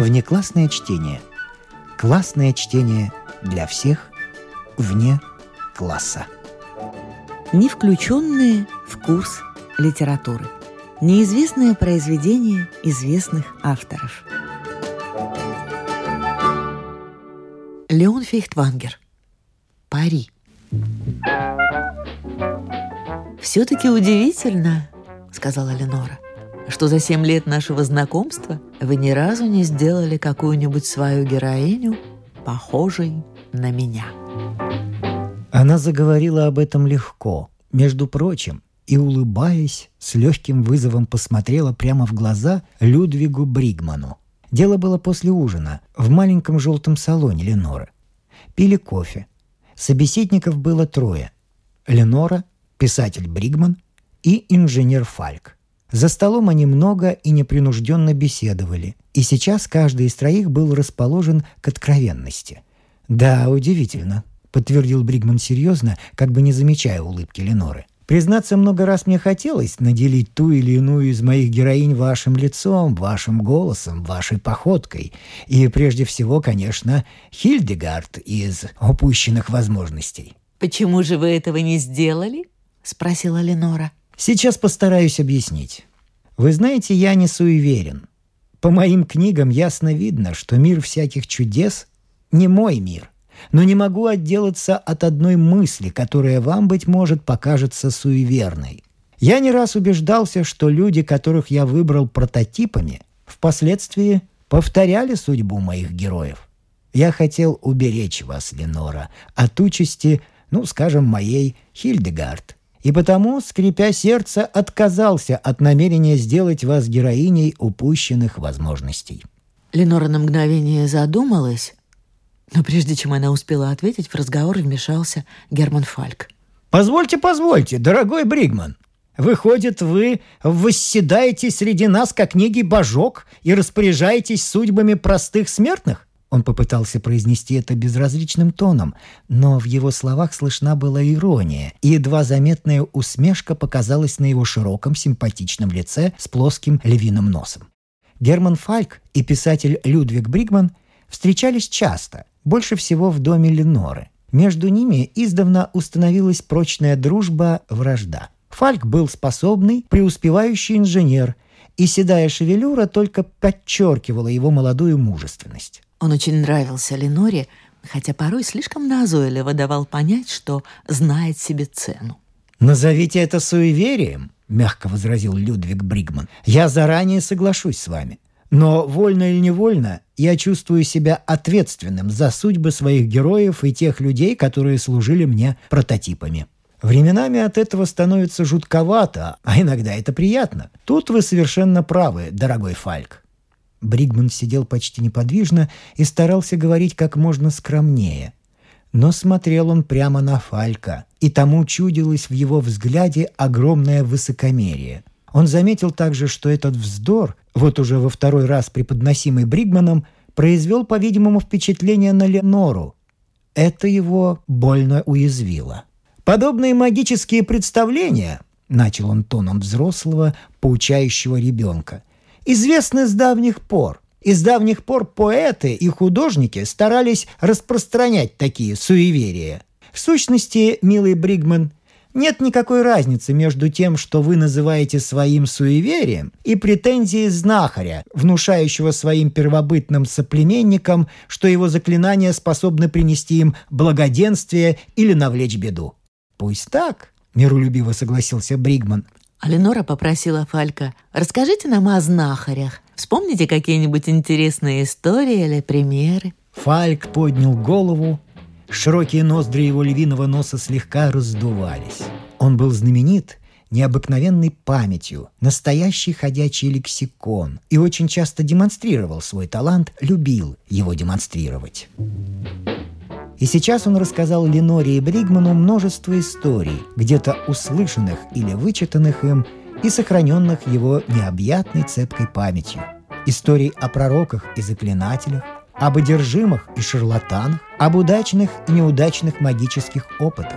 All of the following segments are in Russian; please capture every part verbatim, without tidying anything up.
Внеклассное чтение. Классное чтение для всех вне класса. Не включенные в курс литературы. Неизвестное произведение известных авторов. Леон Фейхтвангер. Пари. «Все-таки удивительно, — сказала Ленора, — что за семь лет нашего знакомства вы ни разу не сделали какую-нибудь свою героиню похожей на меня». Она заговорила об этом легко, между прочим, и, улыбаясь, с легким вызовом посмотрела прямо в глаза Людвигу Бригману. Дело было после ужина в маленьком желтом салоне Леноры. Пили кофе. Собеседников было трое. Ленора, писатель Бригман и инженер Фальк. За столом они много и непринужденно беседовали, и сейчас каждый из троих был расположен к откровенности. «Да, удивительно», — подтвердил Бригман серьезно, как бы не замечая улыбки Леноры. «Признаться, много раз мне хотелось наделить ту или иную из моих героинь вашим лицом, вашим голосом, вашей походкой. И прежде всего, конечно, Хильдегард из «Упущенных возможностей». «Почему же вы этого не сделали?» — спросила Ленора. «Сейчас постараюсь объяснить. Вы знаете, я не суеверен. По моим книгам ясно видно, что мир всяких чудес не мой мир. Но не могу отделаться от одной мысли, которая вам, быть может, покажется суеверной. Я не раз убеждался, что люди, которых я выбрал прототипами, впоследствии повторяли судьбу моих героев. Я хотел уберечь вас, Ленора, от участи, ну, скажем, моей Хильдегард. И потому, скрипя сердце, отказался от намерения сделать вас героиней упущенных возможностей». Ленора на мгновение задумалась, но прежде чем она успела ответить, в разговор вмешался Герман Фальк. «Позвольте, позвольте, дорогой Бригман. Выходит, вы восседаете среди нас, как некий божок, и распоряжаетесь судьбами простых смертных?» Он попытался произнести это безразличным тоном, но в его словах слышна была ирония, и едва заметная усмешка показалась на его широком симпатичном лице с плоским львиным носом. Герман Фальк и писатель Людвиг Бригман встречались часто, больше всего в доме Леноры. Между ними издавна установилась прочная дружба-вражда. Фальк был способный, преуспевающий инженер, и седая шевелюра только подчеркивала его молодую мужественность. Он очень нравился Леноре, хотя порой слишком назойливо давал понять, что знает себе цену. «Назовите это суеверием», — мягко возразил Людвиг Бригман. «Я заранее соглашусь с вами. Но, вольно или невольно, я чувствую себя ответственным за судьбы своих героев и тех людей, которые служили мне прототипами. Временами от этого становится жутковато, а иногда это приятно. Тут вы совершенно правы, дорогой Фальк». Бригман сидел почти неподвижно и старался говорить как можно скромнее. Но смотрел он прямо на Фалька, и тому чудилось в его взгляде огромное высокомерие. Он заметил также, что этот вздор, вот уже во второй раз преподносимый Бригманом, произвел, по-видимому, впечатление на Ленору. Это его больно уязвило. «Подобные магические представления, — начал он тоном взрослого, поучающего ребенка, — известны с давних пор. И с давних пор поэты и художники старались распространять такие суеверия. В сущности, милый Бригман, нет никакой разницы между тем, что вы называете своим суеверием, и претензией знахаря, внушающего своим первобытным соплеменникам, что его заклинания способны принести им благоденствие или навлечь беду. «Пусть так», — миролюбиво согласился Бригман. А Ленора попросила Фалька: «Расскажите нам о знахарях. Вспомните какие-нибудь интересные истории или примеры». Фальк поднял голову. Широкие ноздри его львиного носа слегка раздувались. Он был знаменит необыкновенной памятью, настоящий ходячий лексикон, и очень часто демонстрировал свой талант, любил его демонстрировать. И сейчас он рассказал Леноре и Бригману множество историй, где-то услышанных или вычитанных им и сохраненных его необъятной цепкой памятью. Историй о пророках и заклинателях, об одержимых и шарлатанах, об удачных и неудачных магических опытах.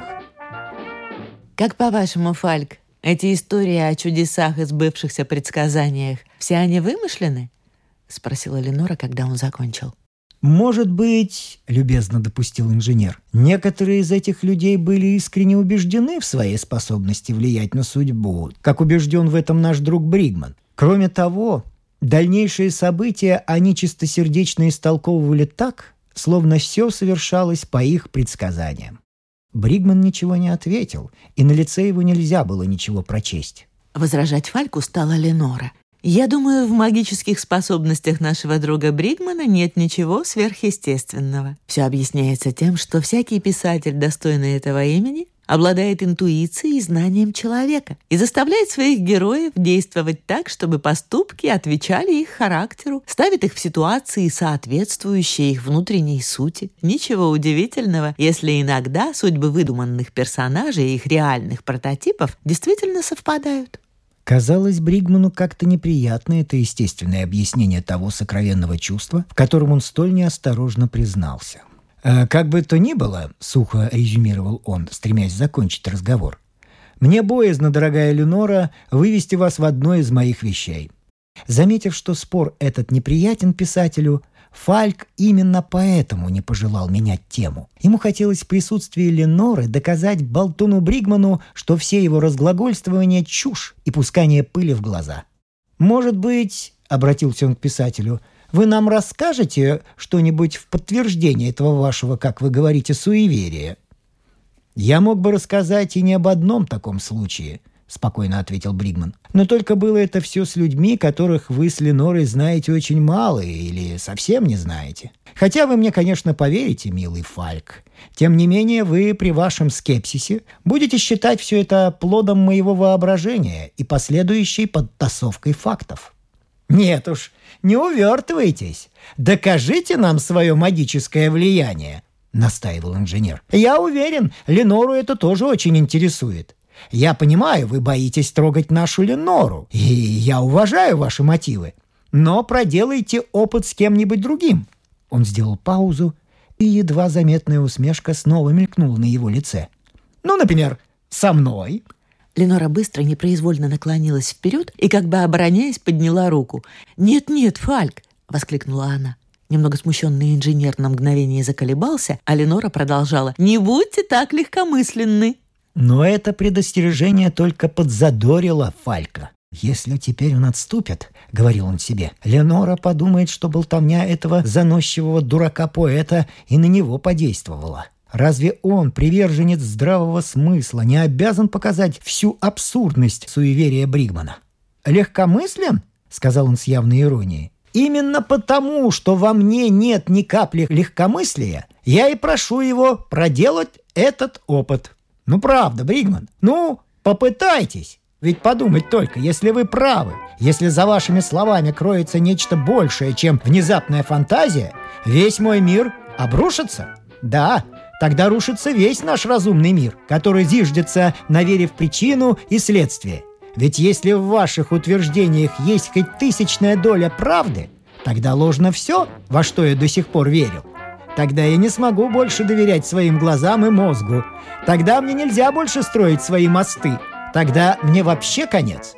Как по-вашему, Фальк, эти истории о чудесах и сбывшихся предсказаниях, все они вымышлены? — спросила Ленора, когда он закончил. «Может быть, — любезно допустил инженер, — некоторые из этих людей были искренне убеждены в своей способности влиять на судьбу, как убежден в этом наш друг Бригман. Кроме того, дальнейшие события они чистосердечно истолковывали так, словно все совершалось по их предсказаниям». Бригман ничего не ответил, и на лице его нельзя было ничего прочесть. Возражать Фальку стала Ленора. «Я думаю, в магических способностях нашего друга Бригмана нет ничего сверхъестественного. Все объясняется тем, что всякий писатель, достойный этого имени, обладает интуицией и знанием человека и заставляет своих героев действовать так, чтобы поступки отвечали их характеру, ставит их в ситуации, соответствующие их внутренней сути. Ничего удивительного, если иногда судьбы выдуманных персонажей и их реальных прототипов действительно совпадают». Казалось Бригману как-то неприятно это естественное объяснение того сокровенного чувства, в котором он столь неосторожно признался. «Э, «Как бы то ни было, — сухо резюмировал он, стремясь закончить разговор, — мне боязно, дорогая Ленора, вывести вас в одно из моих вещей». Заметив, что спор этот неприятен писателю, Фальк именно поэтому не пожелал менять тему. Ему хотелось в присутствии Леноры доказать болтуну Бригману, что все его разглагольствования — чушь и пускание пыли в глаза. «Может быть, — обратился он к писателю, — вы нам расскажете что-нибудь в подтверждение этого вашего, как вы говорите, суеверия?» «Я мог бы рассказать и не об одном таком случае», — спокойно ответил Бригман. «Но только было это все с людьми, которых вы с Ленорой знаете очень мало или совсем не знаете. Хотя вы мне, конечно, поверите, милый Фальк. Тем не менее, вы при вашем скепсисе будете считать все это плодом моего воображения и последующей подтасовкой фактов». «Нет уж, не увертывайтесь. Докажите нам свое магическое влияние», — настаивал инженер. «Я уверен, Ленору это тоже очень интересует. Я понимаю, вы боитесь трогать нашу Ленору, и я уважаю ваши мотивы. Но проделайте опыт с кем-нибудь другим». Он сделал паузу, и едва заметная усмешка снова мелькнула на его лице. «Ну, например, со мной». Ленора быстро, непроизвольно наклонилась вперед и, как бы обороняясь, подняла руку. «Нет-нет, Фальк!» — воскликнула она. Немного смущенный инженер на мгновение заколебался, а Ленора продолжала. «Не будьте так легкомысленны!» Но это предостережение только подзадорило Фалька. «Если теперь он отступит, — говорил он себе, — Ленора подумает, что болтовня этого заносчивого дурака-поэта и на него подействовала. Разве он, приверженец здравого смысла, не обязан показать всю абсурдность суеверия Бригмана?» «Легкомыслен?» — сказал он с явной иронией. «Именно потому, что во мне нет ни капли легкомыслия, я и прошу его проделать этот опыт». «Ну, правда, Бригман, ну, попытайтесь. Ведь подумать только, если вы правы, если за вашими словами кроется нечто большее, чем внезапная фантазия, весь мой мир обрушится. Да, тогда рушится весь наш разумный мир, который зиждется на вере в причину и следствие. Ведь если в ваших утверждениях есть хоть тысячная доля правды, тогда ложно все, во что я до сих пор верил. Тогда я не смогу больше доверять своим глазам и мозгу. Тогда мне нельзя больше строить свои мосты. Тогда мне вообще конец».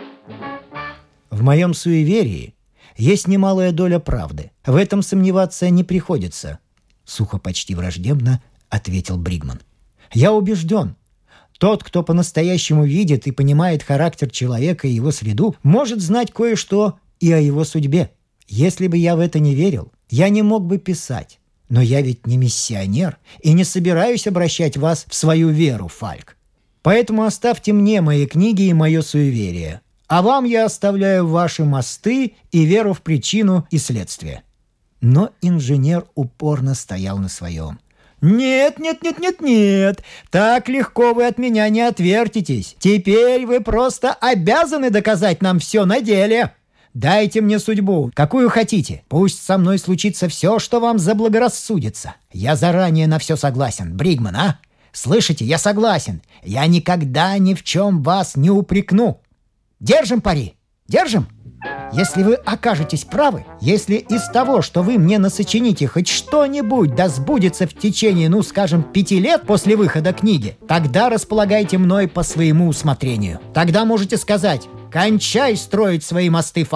«В моем суеверии есть немалая доля правды. В этом сомневаться не приходится», — сухо, почти враждебно ответил Бригман. «Я убежден, тот, кто по-настоящему видит и понимает характер человека и его среду, может знать кое-что и о его судьбе. Если бы я в это не верил, я не мог бы писать. Но я ведь не миссионер и не собираюсь обращать вас в свою веру, Фальк. Поэтому оставьте мне мои книги и мое суеверие. А вам я оставляю ваши мосты и веру в причину и следствие». Но инженер упорно стоял на своем. «Нет, нет, нет, нет, нет. Так легко вы от меня не отвертитесь. Теперь вы просто обязаны доказать нам все на деле. Дайте мне судьбу, какую хотите. Пусть со мной случится все, что вам заблагорассудится. Я заранее на все согласен, Бригман, а? Слышите, я согласен. Я никогда ни в чем вас не упрекну. Держим пари? Держим? Если вы окажетесь правы, если из того, что вы мне насочините, хоть что-нибудь да сбудется в течение, ну, скажем, пяти лет после выхода книги, тогда располагайте мной по своему усмотрению. Тогда можете сказать: «Кончай строить свои мосты, Фальк».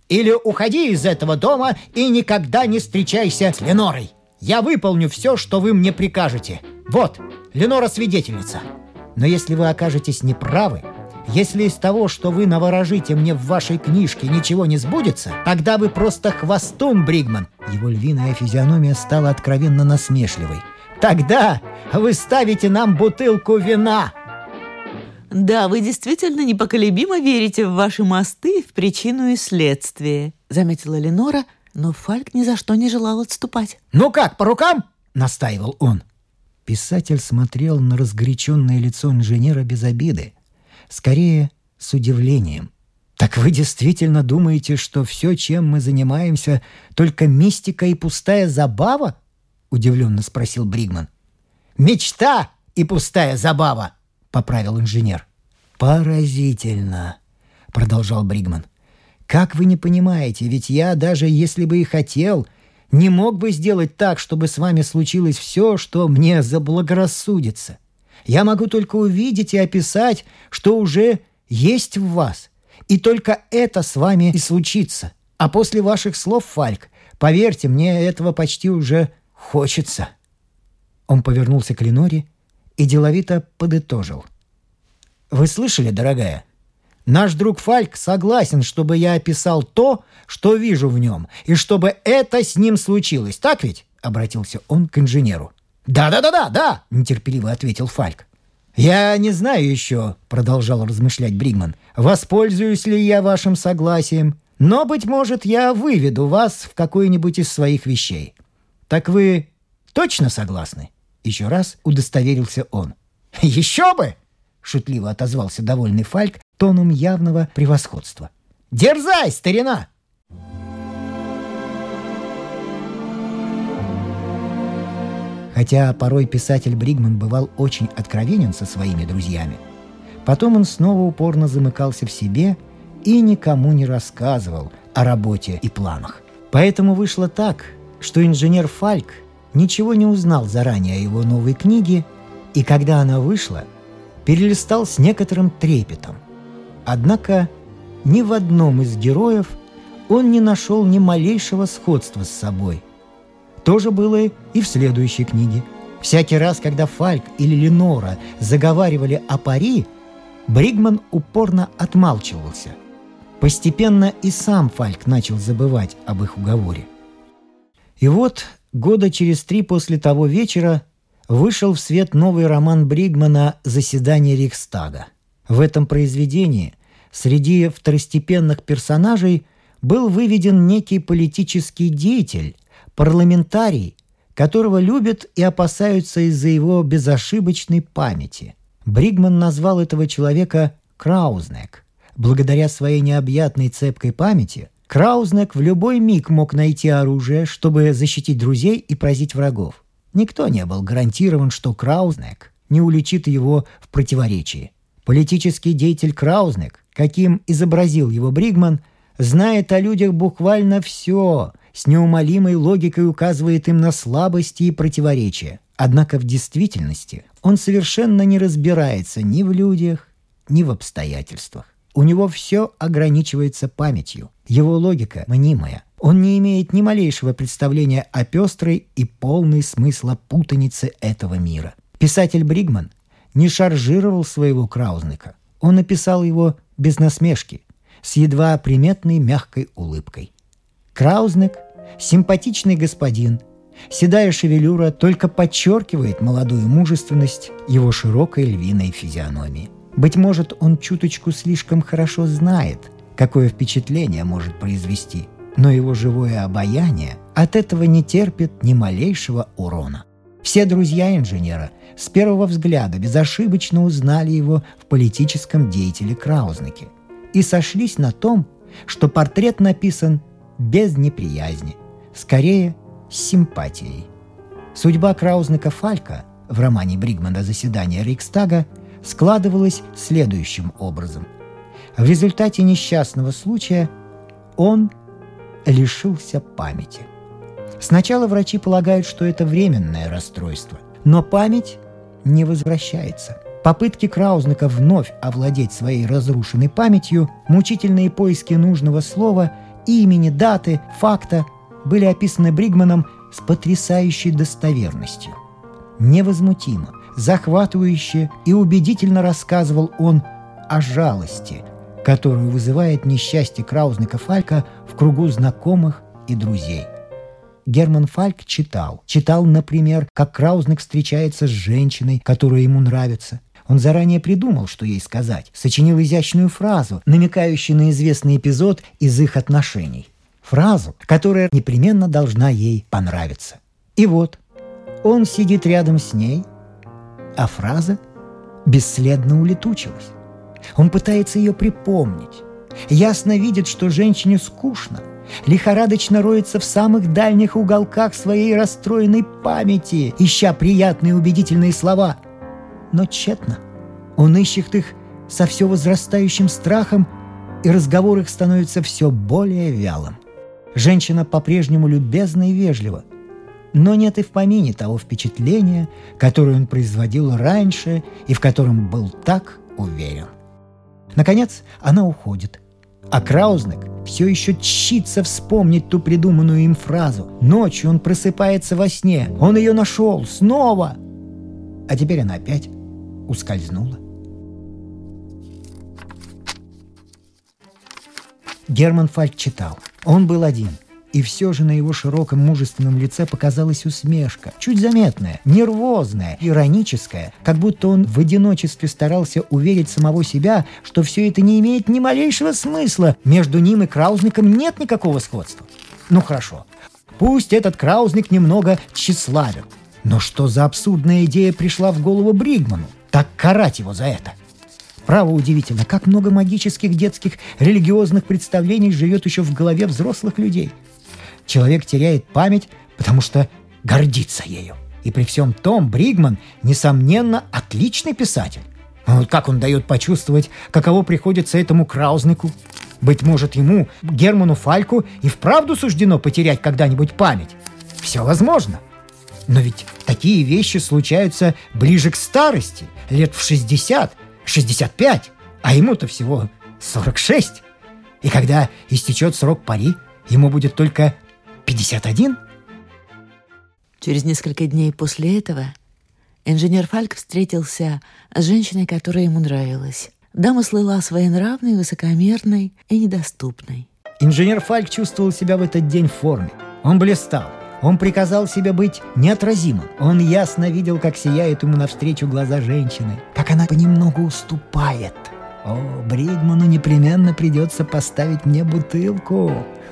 Или уходи из этого дома и никогда не встречайся с Ленорой. Я выполню все, что вы мне прикажете. Вот, Ленора свидетельница. Но если вы окажетесь неправы, если из того, что вы наворожите мне в вашей книжке, ничего не сбудется, тогда вы просто хвостун, Бригман». Его львиная физиономия стала откровенно насмешливой. «Тогда вы ставите нам бутылку вина». «Да, вы действительно непоколебимо верите в ваши мосты, в причину и следствие», — заметила Ленора, но Фальк ни за что не желал отступать. «Ну как, по рукам?» — настаивал он. Писатель смотрел на разгоряченное лицо инженера без обиды, скорее с удивлением. «Так вы действительно думаете, что все, чем мы занимаемся, только мистика и пустая забава?» — удивленно спросил Бригман. «Мечта и пустая забава!» — поправил инженер. «Поразительно!» — продолжал Бригман. «Как вы не понимаете, ведь я, даже если бы и хотел, не мог бы сделать так, чтобы с вами случилось все, что мне заблагорассудится. Я могу только увидеть и описать, что уже есть в вас, и только это с вами и случится. А после ваших слов, Фальк, поверьте, мне этого почти уже хочется». Он повернулся к Леноре и деловито подытожил. «Вы слышали, дорогая? Наш друг Фальк согласен, чтобы я описал то, что вижу в нем, и чтобы это с ним случилось. Так ведь?» — обратился он к инженеру. «Да-да-да-да, да!» — нетерпеливо ответил Фальк. «Я не знаю еще», — продолжал размышлять Бригман, «воспользуюсь ли я вашим согласием, но, быть может, я выведу вас в какой-нибудь из своих вещей. Так вы точно согласны?» Еще раз удостоверился он. «Еще бы!» — шутливо отозвался довольный Фальк тоном явного превосходства. «Дерзай, старина!» Хотя порой писатель Бригман бывал очень откровенен со своими друзьями, потом он снова упорно замыкался в себе и никому не рассказывал о работе и планах. Поэтому вышло так, что инженер Фальк ничего не узнал заранее о его новой книге, и когда она вышла, перелистал с некоторым трепетом. Однако ни в одном из героев он не нашел ни малейшего сходства с собой. То же было и в следующей книге. Всякий раз, когда Фальк или Ленора заговаривали о пари, Бригман упорно отмалчивался. Постепенно и сам Фальк начал забывать об их уговоре. И вот года через три после того вечера вышел в свет новый роман Бригмана «Заседание Рейхстага». В этом произведении среди второстепенных персонажей был выведен некий политический деятель, парламентарий, которого любят и опасаются из-за его безошибочной памяти. Бригман назвал этого человека Краузнек. Благодаря своей необъятной цепкой памяти Краузнек в любой миг мог найти оружие, чтобы защитить друзей и поразить врагов. Никто не был гарантирован, что Краузнек не уличит его в противоречии. Политический деятель Краузнек, каким изобразил его Бригман, знает о людях буквально все, с неумолимой логикой указывает им на слабости и противоречия. Однако в действительности он совершенно не разбирается ни в людях, ни в обстоятельствах. У него все ограничивается памятью. Его логика мнимая. Он не имеет ни малейшего представления о пестрой и полной смысла путанице этого мира. Писатель Бригман не шаржировал своего Краузнека. Он написал его без насмешки, с едва приметной мягкой улыбкой. Краузнек – симпатичный господин. Седая шевелюра только подчеркивает молодую мужественность его широкой львиной физиономии. Быть может, он чуточку слишком хорошо знает, какое впечатление может произвести, но его живое обаяние от этого не терпит ни малейшего урона. Все друзья инженера с первого взгляда безошибочно узнали его в политическом деятеле Краузнеке и сошлись на том, что портрет написан без неприязни, скорее с симпатией. Судьба Краузнека Фалька в романе Бригмана «Заседание Рейхстага» складывалась следующим образом. В результате несчастного случая он лишился памяти. Сначала врачи полагают, что это временное расстройство, но память не возвращается. Попытки Краузнека вновь овладеть своей разрушенной памятью, мучительные поиски нужного слова имени, даты, факта были описаны Бригманом с потрясающей достоверностью. Невозмутимо, захватывающе и убедительно рассказывал он о жалости, которую вызывает несчастье Краузника Фалька в кругу знакомых и друзей. Герман Фальк читал. Читал, например, как Краузник встречается с женщиной, которая ему нравится. Он заранее придумал, что ей сказать, сочинил изящную фразу, намекающую на известный эпизод из их отношений. Фразу, которая непременно должна ей понравиться. И вот, он сидит рядом с ней, а фраза бесследно улетучилась. Он пытается ее припомнить. Ясно видит, что женщине скучно. Лихорадочно роется в самых дальних уголках своей расстроенной памяти, ища приятные убедительные слова. Но тщетно. Он ищет их со все возрастающим страхом, и разговор их становится все более вялым. Женщина по-прежнему любезна и вежлива, но нет и в помине того впечатления, которое он производил раньше и в котором был так уверен. Наконец, она уходит. А Краузник все еще тщится вспомнить ту придуманную им фразу. Ночью он просыпается во сне. Он ее нашел. Снова. А теперь она опять ускользнула. Герман Фальк читал. Он был один. И все же на его широком мужественном лице показалась усмешка, чуть заметная, нервозная, ироническая, как будто он в одиночестве старался уверить самого себя, что все это не имеет ни малейшего смысла, между ним и Краузником нет никакого сходства. Ну хорошо, пусть этот Краузник немного тщеславен, но что за абсурдная идея пришла в голову Бригману? Так карать его за это? Право удивительно, как много магических детских религиозных представлений живет еще в голове взрослых людей. Человек теряет память, потому что гордится ею. И при всем том Бригман, несомненно, отличный писатель. Но как он дает почувствовать, каково приходится этому Краузнику? Быть может, ему, Герману Фальку, и вправду суждено потерять когда-нибудь память? Все возможно. Но ведь такие вещи случаются ближе к старости, лет в шестьдесят, шестьдесят пять, а ему-то всего сорок шесть. И когда истечет срок пари, ему будет только пятьдесят один? Через несколько дней после этого инженер Фальк встретился с женщиной, которая ему нравилась. Дама слыла своенравной, высокомерной и недоступной. Инженер Фальк чувствовал себя в этот день в форме. Он блистал. Он приказал себе быть неотразимым. Он ясно видел, как сияют ему навстречу глаза женщины, как она понемногу уступает. О, Бригману непременно придется поставить мне бутылку.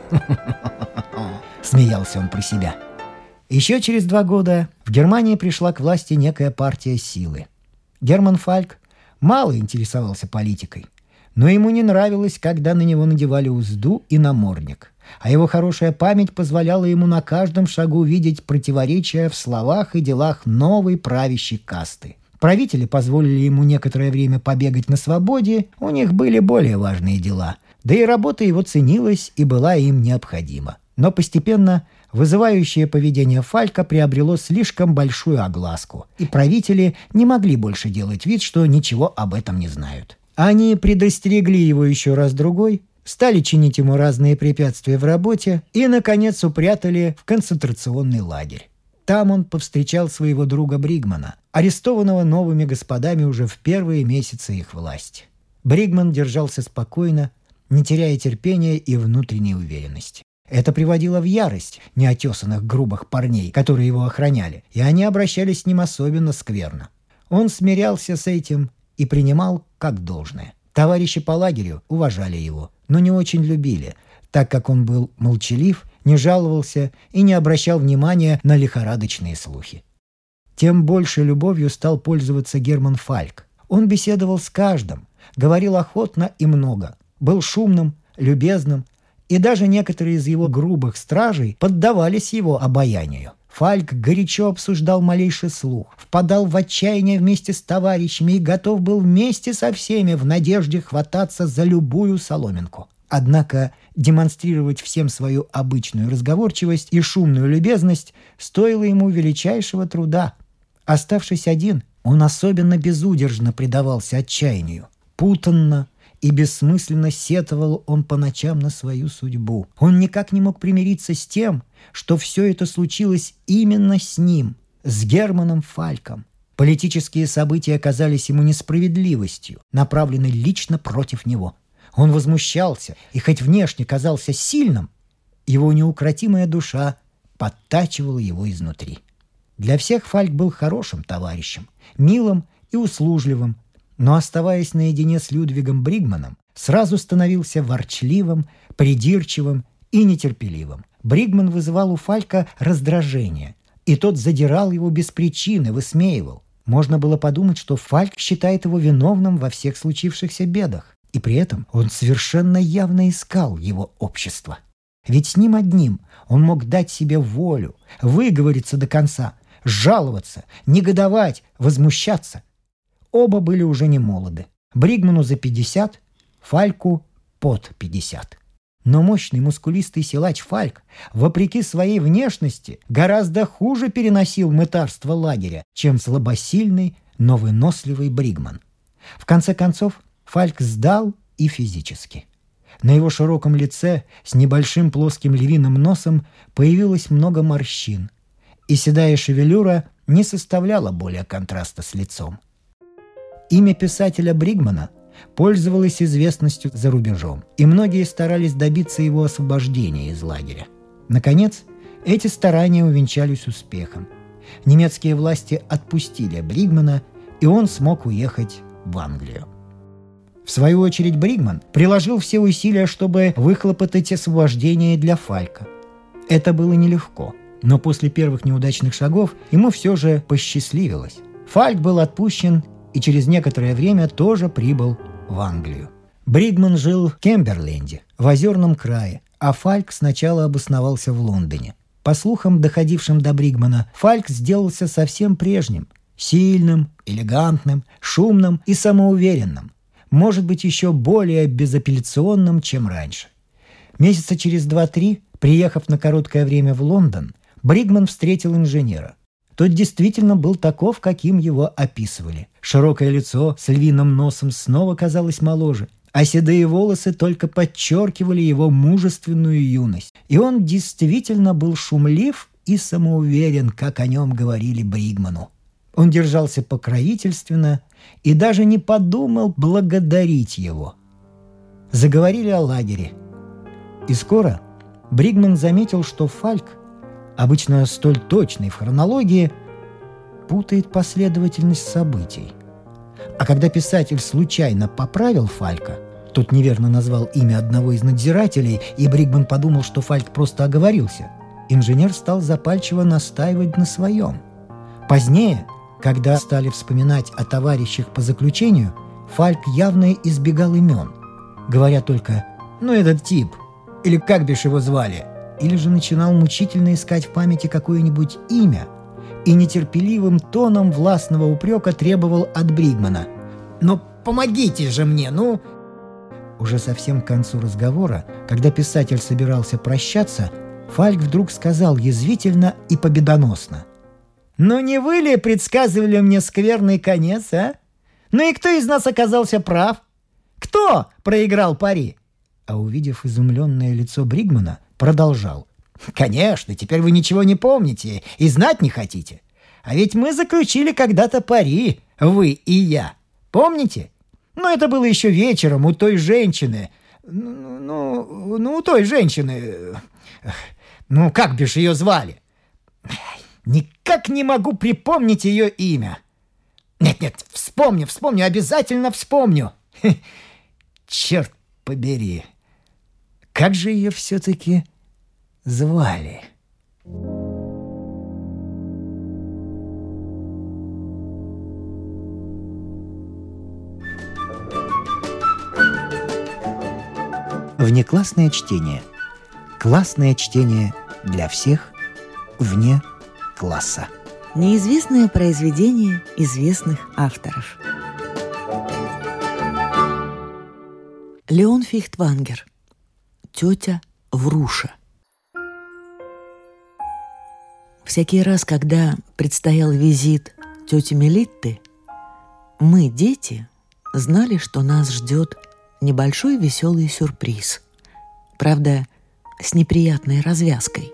Смеялся он про себя. Еще через два года в Германии пришла к власти некая партия силы. Герман Фальк мало интересовался политикой, но ему не нравилось, когда на него надевали узду и намордник, а его хорошая память позволяла ему на каждом шагу видеть противоречия в словах и делах новой правящей касты. Правители позволили ему некоторое время побегать на свободе, у них были более важные дела, да и работа его ценилась и была им необходима. Но постепенно вызывающее поведение Фалька приобрело слишком большую огласку, и правители не могли больше делать вид, что ничего об этом не знают. Они предостерегли его еще раз-другой, стали чинить ему разные препятствия в работе и, наконец, упрятали в концентрационный лагерь. Там он повстречал своего друга Бригмана, арестованного новыми господами уже в первые месяцы их власти. Бригман держался спокойно, не теряя терпения и внутренней уверенности. Это приводило в ярость неотесанных грубых парней, которые его охраняли, и они обращались с ним особенно скверно. Он смирялся с этим и принимал как должное. Товарищи по лагерю уважали его, но не очень любили, так как он был молчалив, не жаловался и не обращал внимания на лихорадочные слухи. Тем больше любовью стал пользоваться Герман Фальк. Он беседовал с каждым, говорил охотно и много, был шумным, любезным, и даже некоторые из его грубых стражей поддавались его обаянию. Фальк горячо обсуждал малейший слух, впадал в отчаяние вместе с товарищами и готов был вместе со всеми в надежде хвататься за любую соломинку. Однако демонстрировать всем свою обычную разговорчивость и шумную любезность стоило ему величайшего труда. Оставшись один, он особенно безудержно предавался отчаянию. Путанно и бессмысленно сетовал он по ночам на свою судьбу. Он никак не мог примириться с тем, что все это случилось именно с ним, с Германом Фальком. Политические события казались ему несправедливостью, направленной лично против него. Он возмущался, и хоть внешне казался сильным, его неукротимая душа подтачивала его изнутри. Для всех Фальк был хорошим товарищем, милым и услужливым, но, оставаясь наедине с Людвигом Бригманом, сразу становился ворчливым, придирчивым и нетерпеливым. Бригман вызывал у Фалька раздражение, и тот задирал его без причины, высмеивал. Можно было подумать, что Фальк считает его виновным во всех случившихся бедах, и при этом он совершенно явно искал его общество. Ведь с ним одним он мог дать себе волю, выговориться до конца, жаловаться, негодовать, возмущаться. Оба были уже не молоды. Бригману за пятьдесят, Фальку под пятьдесят. Но мощный мускулистый силач Фальк, вопреки своей внешности, гораздо хуже переносил мытарство лагеря, чем слабосильный, но выносливый Бригман. В конце концов, Фальк сдал и физически. На его широком лице с небольшим плоским львиным носом появилось много морщин, и седая шевелюра не составляла более контраста с лицом. Имя писателя Бригмана пользовалось известностью за рубежом, и многие старались добиться его освобождения из лагеря. Наконец, эти старания увенчались успехом. Немецкие власти отпустили Бригмана, и он смог уехать в Англию. В свою очередь Бригман приложил все усилия, чтобы выхлопотать освобождение для Фалька. Это было нелегко, но после первых неудачных шагов ему все же посчастливилось. Фальк был отпущен и через некоторое время тоже прибыл в Англию. Бригман жил в Кемберленде, в озерном крае, а Фальк сначала обосновался в Лондоне. По слухам, доходившим до Бригмана, Фальк сделался совсем прежним – сильным, элегантным, шумным и самоуверенным. Может быть, еще более безапелляционным, чем раньше. Месяца через два-три, приехав на короткое время в Лондон, Бригман встретил инженера. Тот действительно был таков, каким его описывали. Широкое лицо с львиным носом снова казалось моложе, а седые волосы только подчеркивали его мужественную юность. И он действительно был шумлив и самоуверен, как о нем говорили Бригману. Он держался покровительственно и даже не подумал благодарить его. Заговорили о лагере. И скоро Бригман заметил, что Фальк, обычно столь точный в хронологии, путает последовательность событий. А когда писатель случайно поправил Фалька, тот неверно назвал имя одного из надзирателей, и Бригман подумал, что Фальк просто оговорился, инженер стал запальчиво настаивать на своем. Позднее, когда стали вспоминать о товарищах по заключению, Фальк явно избегал имен, говоря только «ну этот тип» или «как бишь его звали», или же начинал мучительно искать в памяти какое-нибудь имя и нетерпеливым тоном властного упрека требовал от Бригмана: «Ну помогите же мне, ну!» Уже совсем к концу разговора, когда писатель собирался прощаться, Фальк вдруг сказал язвительно и победоносно: «Ну не вы ли предсказывали мне скверный конец, а? Ну и кто из нас оказался прав? Кто проиграл пари?» А увидев изумленное лицо Бригмана, продолжал: «Конечно, теперь вы ничего не помните и знать не хотите. А ведь мы заключили когда-то пари, вы и я. Помните? Ну, это было еще вечером у той женщины. Ну, ну, ну у той женщины. Ну, как бишь ее звали? Никак не могу припомнить ее имя. Нет-нет, вспомню, вспомню, обязательно вспомню. Черт побери. Как же ее все-таки звали?» Внеклассное чтение. Классное чтение для всех вне класса. Неизвестное произведение известных авторов. Леон Фейхтвангер. Тетя Вруша. Всякий раз, когда предстоял визит тети Мелитты, мы, дети, знали, что нас ждет небольшой веселый сюрприз. Правда, с неприятной развязкой.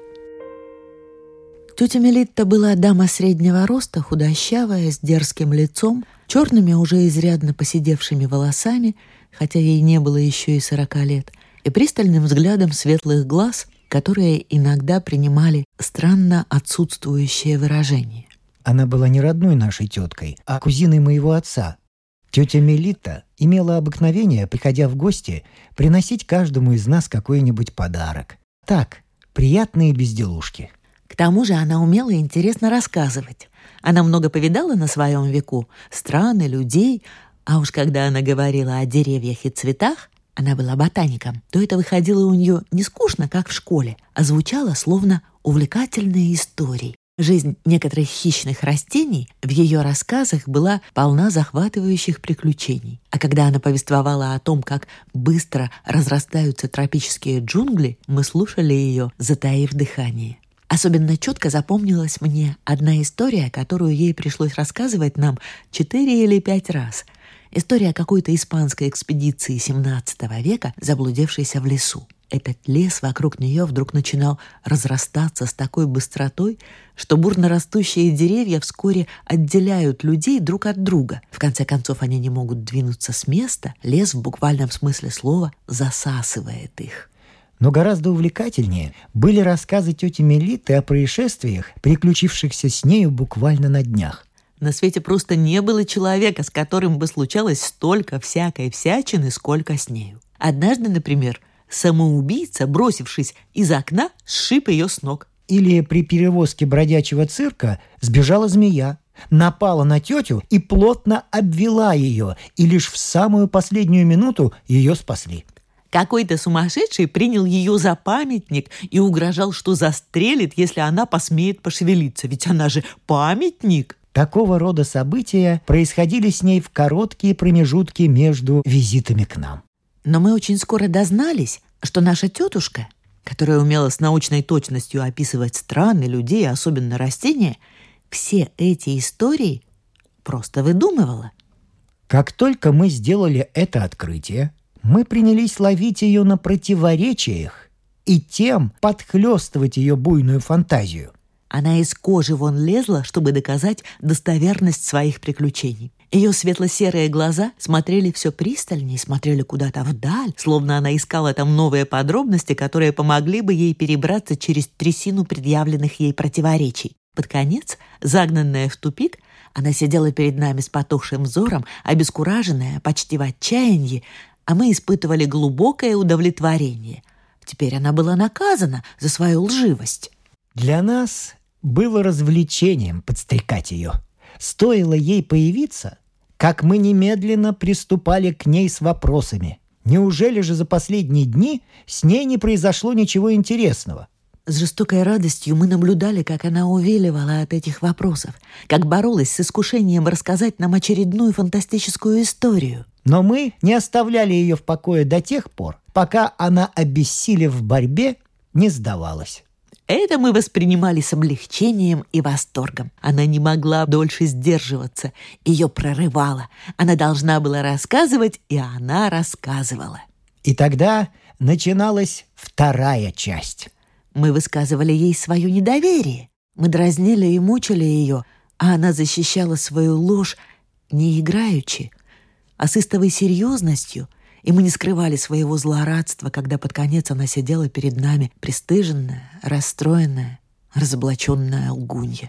Тетя Мелитта была дама среднего роста, худощавая, с дерзким лицом, черными уже изрядно поседевшими волосами, хотя ей не было еще и сорока лет, и пристальным взглядом светлых глаз, которые иногда принимали странно отсутствующее выражение. Она была не родной нашей теткой, а кузиной моего отца. Тетя Мелитта имела обыкновение, приходя в гости, приносить каждому из нас какой-нибудь подарок. Так, приятные безделушки. К тому же она умела интересно рассказывать. Она много повидала на своем веку стран и людей, а уж когда она говорила о деревьях и цветах, она была ботаником, то это выходило у нее не скучно, как в школе, а звучало словно увлекательные истории. Жизнь некоторых хищных растений в ее рассказах была полна захватывающих приключений. А когда она повествовала о том, как быстро разрастаются тропические джунгли, мы слушали ее, затаив дыхание. Особенно четко запомнилась мне одна история, которую ей пришлось рассказывать нам четыре или пять раз. История какой-то испанской экспедиции семнадцатого века, заблудившейся в лесу. Этот лес вокруг нее вдруг начинал разрастаться с такой быстротой, что бурно растущие деревья вскоре отделяют людей друг от друга. В конце концов, они не могут двинуться с места, лес в буквальном смысле слова засасывает их. Но гораздо увлекательнее были рассказы тети Мелитты о происшествиях, приключившихся с нею буквально на днях. На свете просто не было человека, с которым бы случалось столько всякой всячины, сколько с нею. Однажды, например, самоубийца, бросившись из окна, сшиб ее с ног. Или при перевозке бродячего цирка сбежала змея, напала на тетю и плотно обвела ее, и лишь в самую последнюю минуту ее спасли. Какой-то сумасшедший принял ее за памятник и угрожал, что застрелит, если она посмеет пошевелиться, ведь она же памятник. Такого рода события происходили с ней в короткие промежутки между визитами к нам. Но мы очень скоро дознались, что наша тетушка, которая умела с научной точностью описывать страны, людей, особенно растения, все эти истории просто выдумывала. Как только мы сделали это открытие, мы принялись ловить ее на противоречиях и тем подхлестывать ее буйную фантазию. Она из кожи вон лезла, чтобы доказать достоверность своих приключений. Ее светло-серые глаза смотрели все пристальнее, смотрели куда-то вдаль, словно она искала там новые подробности, которые помогли бы ей перебраться через трясину предъявленных ей противоречий. Под конец, загнанная в тупик, она сидела перед нами с потухшим взором, обескураженная, почти в отчаянии, а мы испытывали глубокое удовлетворение. Теперь она была наказана за свою лживость. Для нас было развлечением подстрекать ее. Стоило ей появиться, как мы немедленно приступали к ней с вопросами. Неужели же за последние дни с ней не произошло ничего интересного? С жестокой радостью мы наблюдали, как она увиливала от этих вопросов, как боролась с искушением рассказать нам очередную фантастическую историю. Но мы не оставляли ее в покое до тех пор, пока она, обессилев в борьбе, не сдавалась. Это мы воспринимали с облегчением и восторгом. Она не могла дольше сдерживаться. Ее прорывало. Она должна была рассказывать, и она рассказывала. И тогда начиналась вторая часть. Мы высказывали ей свое недоверие. Мы дразнили и мучили ее, а она защищала свою ложь не играючи, а с истовой серьезностью, и мы не скрывали своего злорадства, когда под конец она сидела перед нами, пристыженная, расстроенная, разоблаченная лгунья.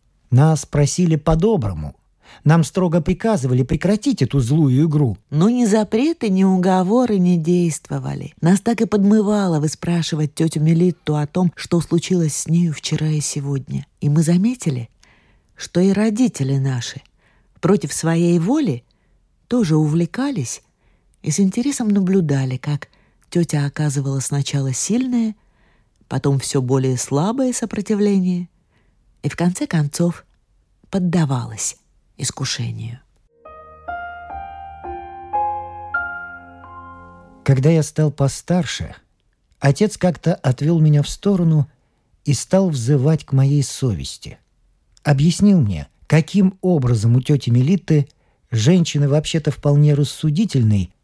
Нас просили по-доброму. Нам строго приказывали прекратить эту злую игру. Но ни запреты, ни уговоры не действовали. Нас так и подмывало выспрашивать тетю Мелитту о том, что случилось с нею вчера и сегодня. И мы заметили, что и родители наши против своей воли тоже увлекались и с интересом наблюдали, как тетя оказывала сначала сильное, потом все более слабое сопротивление и в конце концов поддавалась искушению. Когда я стал постарше, отец как-то отвел меня в сторону и стал взывать к моей совести. Объяснил мне, каким образом у тети Мелитты, женщины вообще-то вполне рассудительной,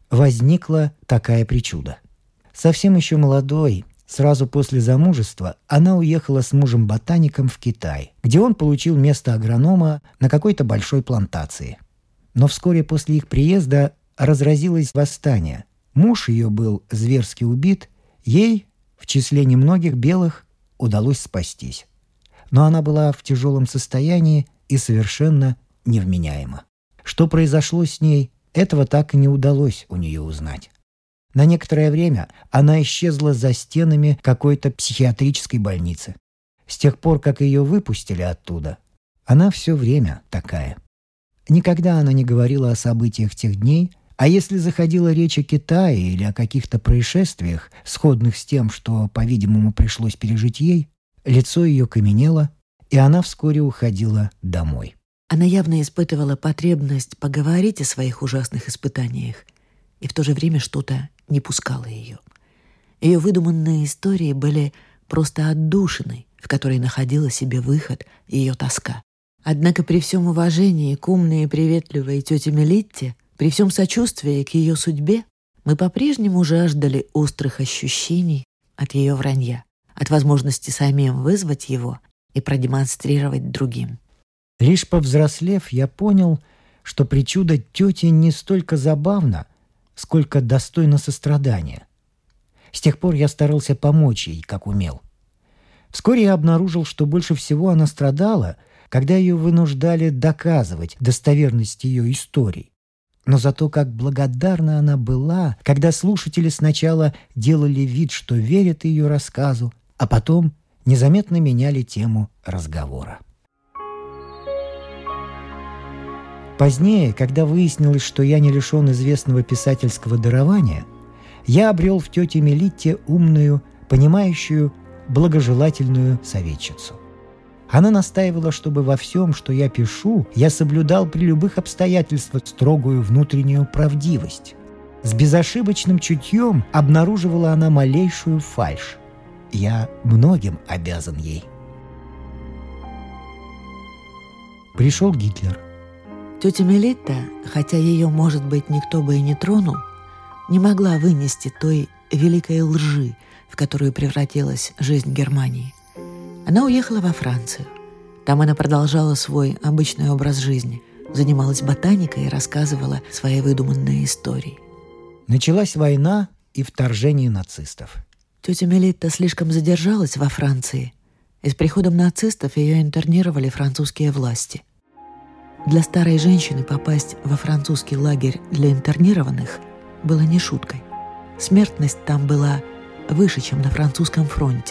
возникла такая причуда. Совсем еще молодой, сразу после замужества, она уехала с мужем-ботаником в Китай, где он получил место агронома на какой-то большой плантации. Но вскоре после их приезда разразилось восстание. Муж ее был зверски убит, ей, в числе немногих белых, удалось спастись. Но она была в тяжелом состоянии и совершенно невменяема. Что произошло с ней, этого так и не удалось у нее узнать. На некоторое время она исчезла за стенами какой-то психиатрической больницы. С тех пор, как ее выпустили оттуда, она все время такая. Никогда она не говорила о событиях тех дней, а если заходила речь о Китае или о каких-то происшествиях, сходных с тем, что, по-видимому, пришлось пережить ей, лицо ее каменело, и она вскоре уходила домой. Она явно испытывала потребность поговорить о своих ужасных испытаниях, и в то же время что-то не пускало ее. Ее выдуманные истории были просто отдушиной, в которой находила себе выход ее тоска. Однако при всем уважении к умной и приветливой тете Мелитте, при всем сочувствии к ее судьбе, мы по-прежнему жаждали острых ощущений от ее вранья, от возможности самим вызвать его и продемонстрировать другим. Лишь повзрослев, я понял, что причуда тети не столько забавна, сколько достойна сострадания. С тех пор я старался помочь ей, как умел. Вскоре я обнаружил, что больше всего она страдала, когда ее вынуждали доказывать достоверность ее историй. Но зато как благодарна она была, когда слушатели сначала делали вид, что верят ее рассказу, а потом незаметно меняли тему разговора. Позднее, когда выяснилось, что я не лишен известного писательского дарования, я обрел в тете Мелитте умную, понимающую, благожелательную советчицу. Она настаивала, чтобы во всем, что я пишу, я соблюдал при любых обстоятельствах строгую внутреннюю правдивость. С безошибочным чутьем обнаруживала она малейшую фальшь. Я многим обязан ей. Пришел Гитлер. Тетя Мелитта, хотя ее, может быть, никто бы и не тронул, не могла вынести той великой лжи, в которую превратилась жизнь Германии. Она уехала во Францию. Там она продолжала свой обычный образ жизни, занималась ботаникой и рассказывала свои выдуманные истории. Началась война и вторжение нацистов. Тетя Мелитта слишком задержалась во Франции, и с приходом нацистов ее интернировали французские власти. Для старой женщины попасть во французский лагерь для интернированных было не шуткой. Смертность там была выше, чем на французском фронте.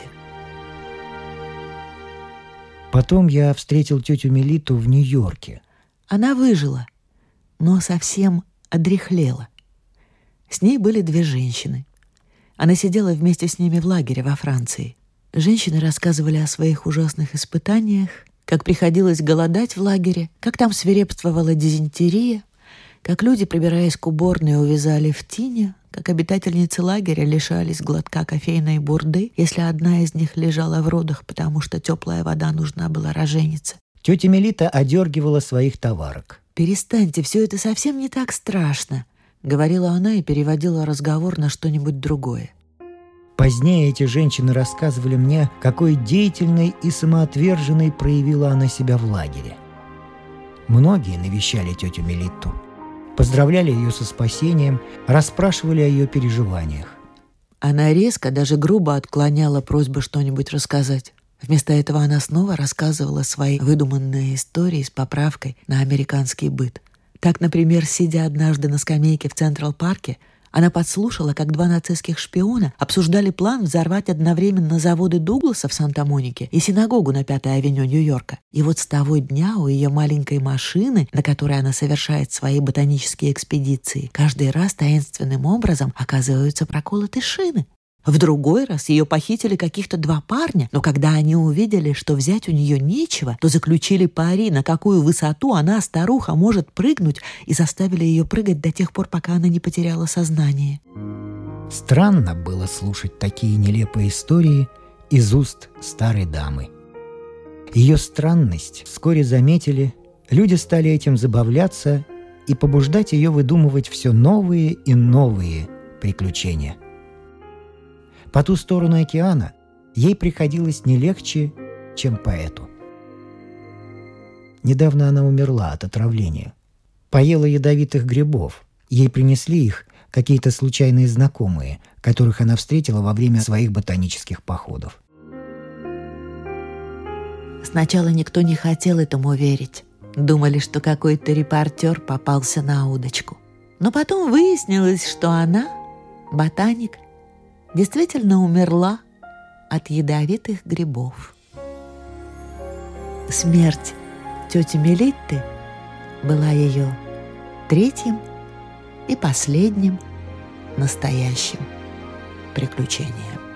Потом я встретил тетю Мелитту в Нью-Йорке. Она выжила, но совсем одряхлела. С ней были две женщины. Она сидела вместе с ними в лагере во Франции. Женщины рассказывали о своих ужасных испытаниях, как приходилось голодать в лагере, как там свирепствовала дизентерия, как люди, прибираясь к уборной, увязали в тине, как обитательницы лагеря лишались глотка кофейной бурды, если одна из них лежала в родах, потому что теплая вода нужна была роженице. Тетя Мелитта одергивала своих товарок. «Перестаньте, все это совсем не так страшно», — говорила она и переводила разговор на что-нибудь другое. Позднее эти женщины рассказывали мне, какой деятельной и самоотверженной проявила она себя в лагере. Многие навещали тетю Мелитту, поздравляли ее со спасением, расспрашивали о ее переживаниях. Она резко, даже грубо отклоняла просьбу что-нибудь рассказать. Вместо этого она снова рассказывала свои выдуманные истории с поправкой на американский быт. Так, например, сидя однажды на скамейке в Централ-парке, она подслушала, как два нацистских шпиона обсуждали план взорвать одновременно заводы Дугласа в Санта-Монике и синагогу на Пятой авеню Нью-Йорка. И вот с того дня у ее маленькой машины, на которой она совершает свои ботанические экспедиции, каждый раз таинственным образом оказываются проколоты шины. В другой раз ее похитили каких-то два парня, но когда они увидели, что взять у нее нечего, то заключили пари, на какую высоту она, старуха, может прыгнуть, и заставили ее прыгать до тех пор, пока она не потеряла сознание. Странно было слушать такие нелепые истории из уст старой дамы. Ее странность вскоре заметили, люди стали этим забавляться и побуждать ее выдумывать все новые и новые приключения. По ту сторону океана ей приходилось не легче, чем поэту. Недавно она умерла от отравления. Поела ядовитых грибов. Ей принесли их какие-то случайные знакомые, которых она встретила во время своих ботанических походов. Сначала никто не хотел этому верить. Думали, что какой-то репортер попался на удочку. Но потом выяснилось, что она, ботаник, действительно умерла от ядовитых грибов. Смерть тети Мелитты была ее третьим и последним настоящим приключением.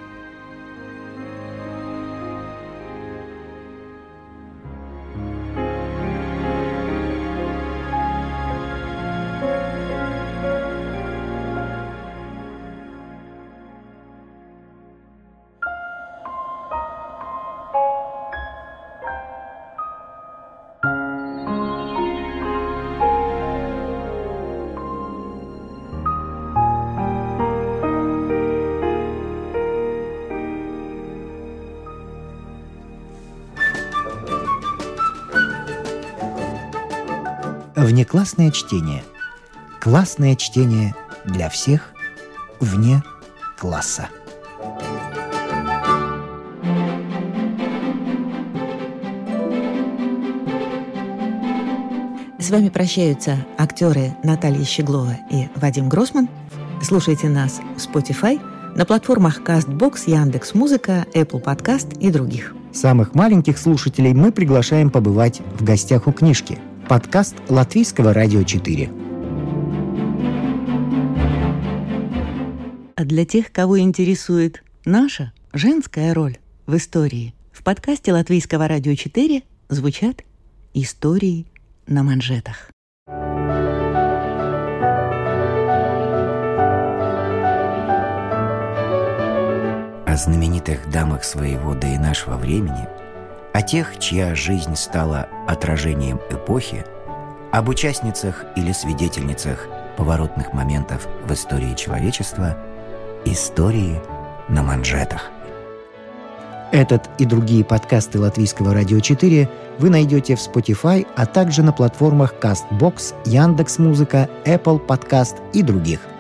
Внеклассное чтение. Классное чтение для всех вне класса. С вами прощаются актеры Наталья Щеглова и Вадим Гроссман. Слушайте нас в Spotify, на платформах CastBox, Яндекс.Музыка, Apple Podcast и других. Самых маленьких слушателей мы приглашаем побывать в гостях у книжки. Подкаст Латвийского радио четыре. А для тех, кого интересует наша женская роль в истории, в подкасте Латвийского радио четыре звучат истории на манжетах. О знаменитых дамах своего да и нашего времени, о тех, чья жизнь стала отражением эпохи, об участницах или свидетельницах поворотных моментов в истории человечества, истории на манжетах. Этот и другие подкасты Латвийского радио четыре вы найдете в Spotify, а также на платформах CastBox, Яндекс.Музыка, Apple Podcast и других.